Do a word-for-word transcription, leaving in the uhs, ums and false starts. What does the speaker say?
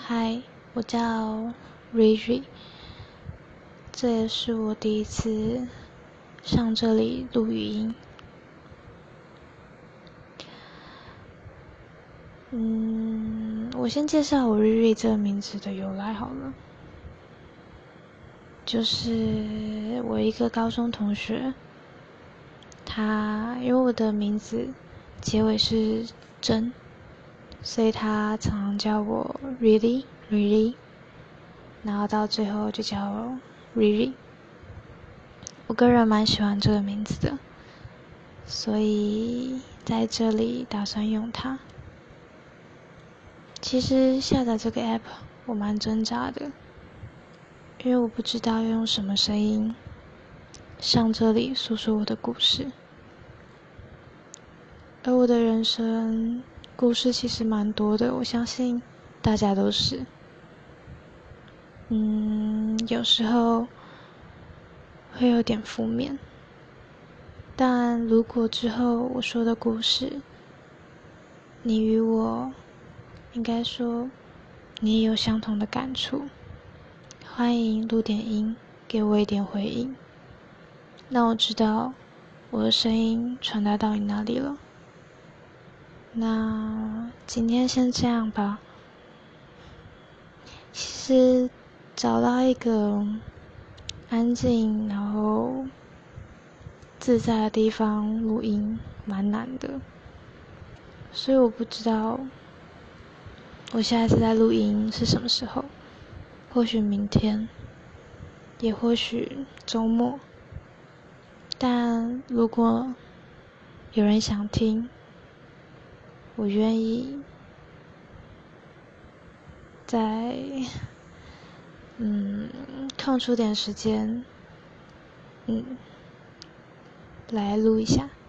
嗨，我叫瑞瑞，这也是我第一次上这里录语音。嗯，我先介绍我瑞瑞这个名字的由来好了。就是我一个高中同学，他因为我的名字结尾是真，所以他常常叫我 Really Really， 然后到最后就叫我 Riri。我个人蛮喜欢这个名字的，所以在这里打算用它。其实下载这个 app 我蛮挣扎的，因为我不知道要用什么声音上这里诉说我的故事。而我的人生故事其实蛮多的，我相信大家都是。嗯，有时候会有点负面，但如果之后我说的故事，你与我应该说你也有相同的感触，欢迎录点音给我一点回应，让我知道我的声音传达到你那里了。那今天先这样吧。其实找到一个安静然后自在的地方录音蛮难的，所以我不知道我下一次在录音是什么时候，或许明天，也或许周末。但如果有人想听，我愿意在嗯空出点时间，嗯，来录一下。